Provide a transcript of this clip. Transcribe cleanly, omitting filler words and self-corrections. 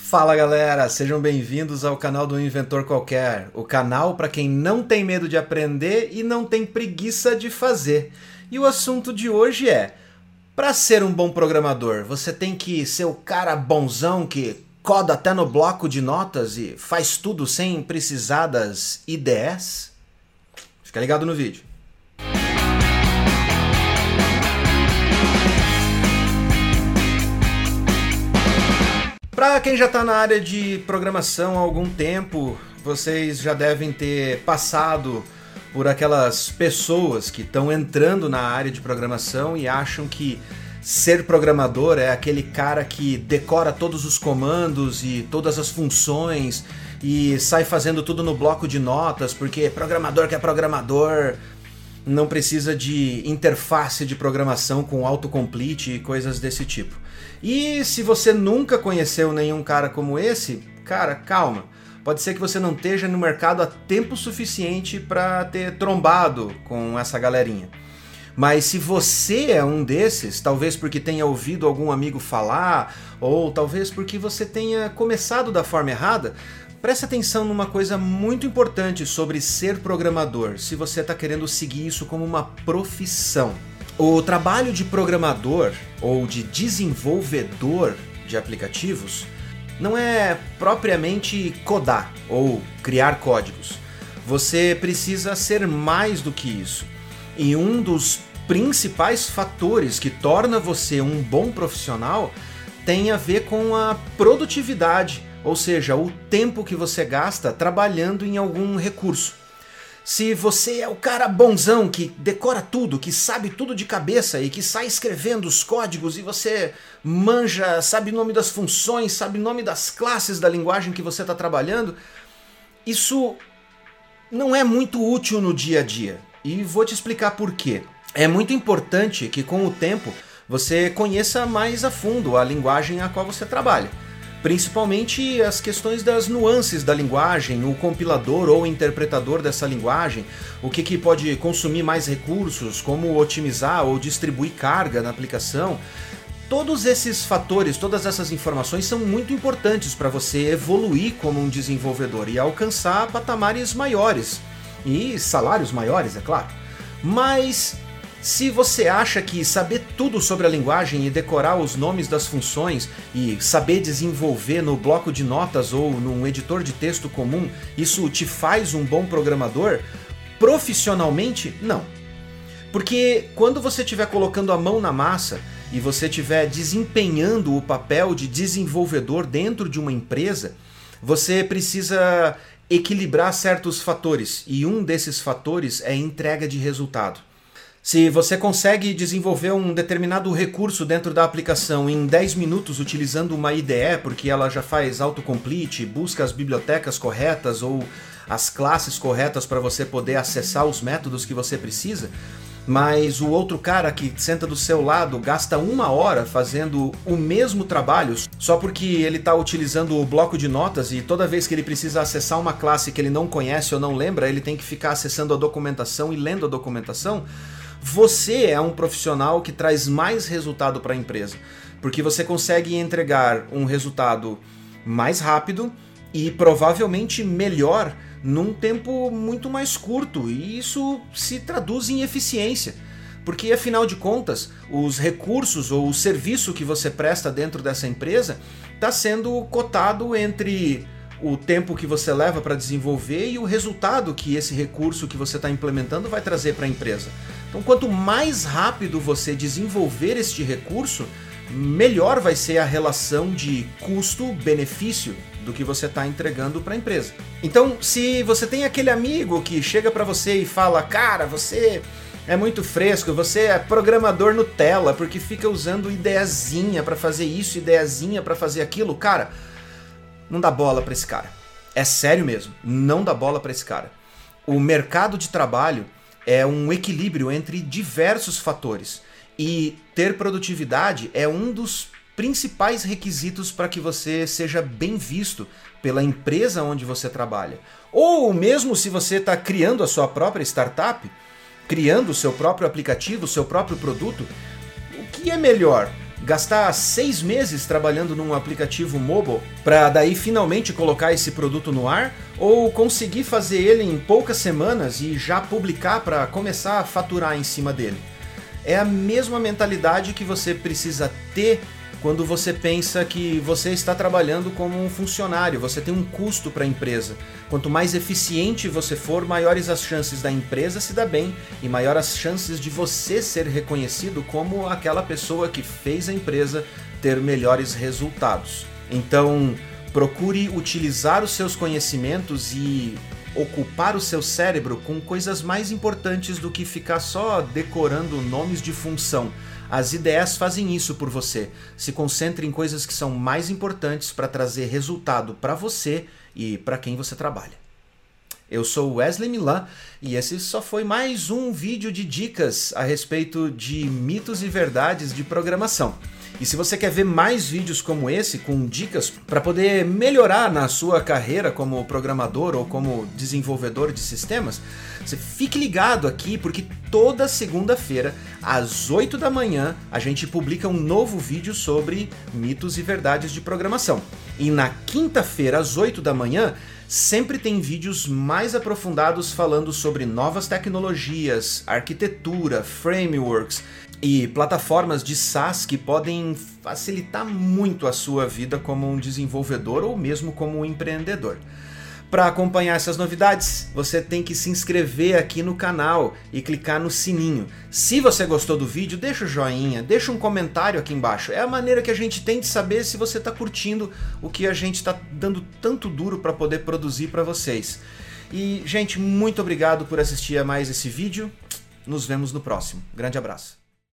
Fala galera, sejam bem-vindos ao canal do Inventor Qualquer, o canal para quem não tem medo de aprender e não tem preguiça de fazer. E o assunto de hoje é: para ser um bom programador, você tem que ser o cara bonzão que coda até no bloco de notas e faz tudo sem precisar das IDEs? Fica ligado no vídeo. Para quem já está na área de programação há algum tempo, vocês já devem ter passado por aquelas pessoas que estão entrando na área de programação e acham que ser programador é aquele cara que decora todos os comandos e todas as funções e sai fazendo tudo no bloco de notas, porque programador que é programador não precisa de interface de programação com autocomplete e coisas desse tipo. E se você nunca conheceu nenhum cara como esse, cara, calma. Pode ser que você não esteja no mercado há tempo suficiente para ter trombado com essa galerinha. Mas se você é um desses, talvez porque tenha ouvido algum amigo falar, ou talvez porque você tenha começado da forma errada, preste atenção numa coisa muito importante sobre ser programador, se você está querendo seguir isso como uma profissão. O trabalho de programador ou de desenvolvedor de aplicativos não é propriamente codar ou criar códigos. Você precisa ser mais do que isso. E um dos principais fatores que torna você um bom profissional tem a ver com a produtividade, ou seja, o tempo que você gasta trabalhando em algum recurso. Se você é o cara bonzão que decora tudo, que sabe tudo de cabeça e que sai escrevendo os códigos e você manja, sabe o nome das funções, sabe o nome das classes da linguagem que você está trabalhando, isso não é muito útil no dia a dia. E vou te explicar por quê. É muito importante que com o tempo você conheça mais a fundo a linguagem a qual você trabalha. Principalmente as questões das nuances da linguagem, o compilador ou interpretador dessa linguagem, o que pode consumir mais recursos, como otimizar ou distribuir carga na aplicação. Todos esses fatores, todas essas informações são muito importantes para você evoluir como um desenvolvedor e alcançar patamares maiores e salários maiores, é claro. Mas se você acha que saber tudo sobre a linguagem e decorar os nomes das funções e saber desenvolver no bloco de notas ou num editor de texto comum, isso te faz um bom programador? Profissionalmente, não. Porque quando você estiver colocando a mão na massa e você estiver desempenhando o papel de desenvolvedor dentro de uma empresa, você precisa equilibrar certos fatores, e um desses fatores é a entrega de resultado. Se você consegue desenvolver um determinado recurso dentro da aplicação em 10 minutos utilizando uma IDE, porque ela já faz autocomplete, busca as bibliotecas corretas ou as classes corretas para você poder acessar os métodos que você precisa, mas o outro cara que senta do seu lado gasta 1 hora fazendo o mesmo trabalho só porque ele está utilizando o bloco de notas e toda vez que ele precisa acessar uma classe que ele não conhece ou não lembra, ele tem que ficar acessando a documentação e lendo a documentação. Você é um profissional que traz mais resultado para a empresa, porque você consegue entregar um resultado mais rápido e provavelmente melhor num tempo muito mais curto, e isso se traduz em eficiência, porque afinal de contas, os recursos ou o serviço que você presta dentro dessa empresa está sendo cotado entre o tempo que você leva para desenvolver e o resultado que esse recurso que você está implementando vai trazer para a empresa. Então, quanto mais rápido você desenvolver este recurso, melhor vai ser a relação de custo-benefício do que você está entregando para a empresa. Então, se você tem aquele amigo que chega para você e fala: cara, você é muito fresco, você é programador Nutella porque fica usando ideiazinha para fazer isso, ideiazinha para fazer aquilo, cara, não dá bola para esse cara. É sério mesmo, não dá bola para esse cara. O mercado de trabalho é um equilíbrio entre diversos fatores e ter produtividade é um dos principais requisitos para que você seja bem visto pela empresa onde você trabalha. Ou mesmo se você está criando a sua própria startup, criando o seu próprio aplicativo, o seu próprio produto, o que é melhor? Gastar 6 meses trabalhando num aplicativo mobile para daí finalmente colocar esse produto no ar? Ou conseguir fazer ele em poucas semanas e já publicar para começar a faturar em cima dele? É a mesma mentalidade que você precisa ter quando você pensa que você está trabalhando como um funcionário, você tem um custo para a empresa. Quanto mais eficiente você for, maiores as chances da empresa se dar bem e maiores as chances de você ser reconhecido como aquela pessoa que fez a empresa ter melhores resultados. Então, procure utilizar os seus conhecimentos e ocupar o seu cérebro com coisas mais importantes do que ficar só decorando nomes de função. As ideias fazem isso por você. Se concentre em coisas que são mais importantes para trazer resultado para você e para quem você trabalha. Eu sou Wesley Milan e esse só foi mais um vídeo de dicas a respeito de mitos e verdades de programação. E se você quer ver mais vídeos como esse, com dicas para poder melhorar na sua carreira como programador ou como desenvolvedor de sistemas, você fique ligado aqui porque toda segunda-feira, às 8 da manhã, a gente publica um novo vídeo sobre mitos e verdades de programação. E na quinta-feira, às 8 da manhã, sempre tem vídeos mais aprofundados falando sobre novas tecnologias, arquitetura, frameworks e plataformas de SaaS que podem facilitar muito a sua vida como um desenvolvedor ou mesmo como um empreendedor. Para acompanhar essas novidades, você tem que se inscrever aqui no canal e clicar no sininho. Se você gostou do vídeo, deixa o joinha, deixa um comentário aqui embaixo. É a maneira que a gente tem de saber se você está curtindo o que a gente está dando tanto duro para poder produzir para vocês. E, gente, muito obrigado por assistir a mais esse vídeo. Nos vemos no próximo. Grande abraço.